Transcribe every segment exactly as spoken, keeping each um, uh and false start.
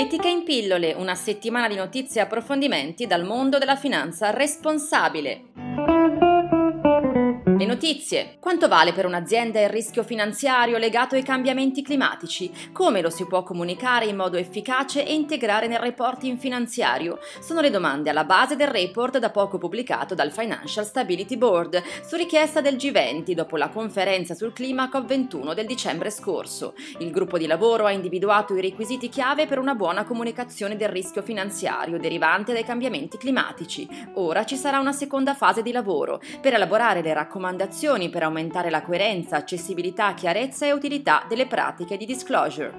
Etica in pillole, una settimana di notizie e approfondimenti dal mondo della finanza responsabile. Le notizie. Quanto vale per un'azienda il rischio finanziario legato ai cambiamenti climatici? Come lo si può comunicare in modo efficace e integrare nel reporting finanziario? Sono le domande alla base del report da poco pubblicato dal Financial Stability Board su richiesta del G venti dopo la conferenza sul clima COP ventuno del dicembre scorso. Il gruppo di lavoro ha individuato i requisiti chiave per una buona comunicazione del rischio finanziario derivante dai cambiamenti climatici. Ora ci sarà una seconda fase di lavoro per elaborare le raccomandazioni per aumentare la coerenza, accessibilità, chiarezza e utilità delle pratiche di disclosure.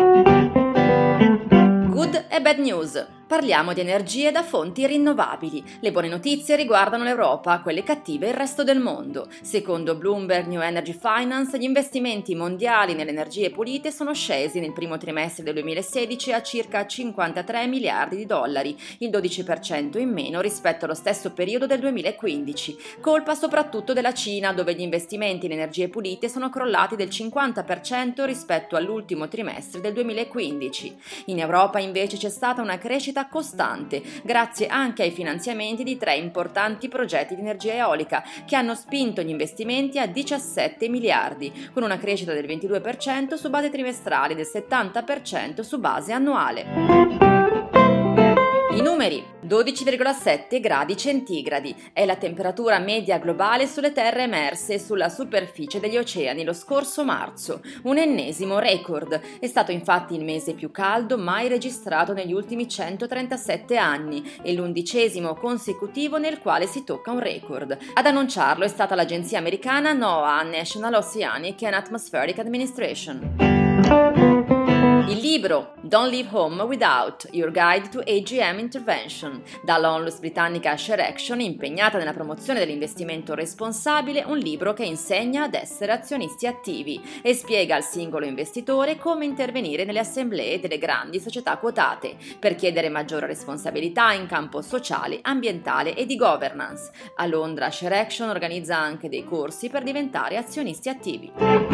Good e bad news. Parliamo di energie da fonti rinnovabili. Le buone notizie riguardano l'Europa, quelle cattive il resto del mondo. Secondo Bloomberg New Energy Finance, gli investimenti mondiali nelle energie pulite sono scesi nel primo trimestre del duemilasedici a circa cinquantatré miliardi di dollari, il dodici per cento in meno rispetto allo stesso periodo del duemilaquindici, colpa soprattutto della Cina, dove gli investimenti in energie pulite sono crollati del cinquanta per cento rispetto all'ultimo trimestre del duemilaquindici. In Europa invece c'è stata una crescita costante, grazie anche ai finanziamenti di tre importanti progetti di energia eolica che hanno spinto gli investimenti a diciassette miliardi, con una crescita del ventidue per cento su base trimestrale e del settanta per cento su base annuale. I numeri: dodici virgola sette gradi centigradi è la temperatura media globale sulle terre emerse e sulla superficie degli oceani lo scorso marzo, un ennesimo record. È stato infatti il mese più caldo mai registrato negli ultimi centotrentasette anni e l'undicesimo consecutivo nel quale si tocca un record. Ad annunciarlo è stata l'agenzia americana NOAA, National Oceanic and Atmospheric Administration. Il libro Don't Leave Home Without Your Guide to A G M Intervention, dall'onlus britannica ShareAction, impegnata nella promozione dell'investimento responsabile, un libro che insegna ad essere azionisti attivi e spiega al singolo investitore come intervenire nelle assemblee delle grandi società quotate per chiedere maggiore responsabilità in campo sociale, ambientale e di governance. A Londra ShareAction organizza anche dei corsi per diventare azionisti attivi.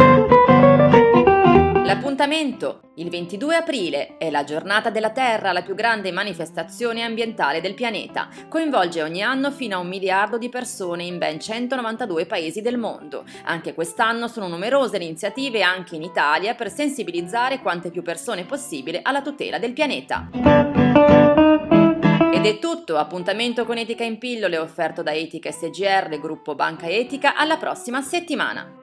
L'appuntamento: il ventidue aprile è la Giornata della Terra, la più grande manifestazione ambientale del pianeta. Coinvolge ogni anno fino a un miliardo di persone in ben centonovantadue paesi del mondo. Anche quest'anno sono numerose le iniziative anche in Italia per sensibilizzare quante più persone possibile alla tutela del pianeta. Ed è tutto, appuntamento con Etica in pillole offerto da Etica S G R, gruppo Banca Etica, alla prossima settimana.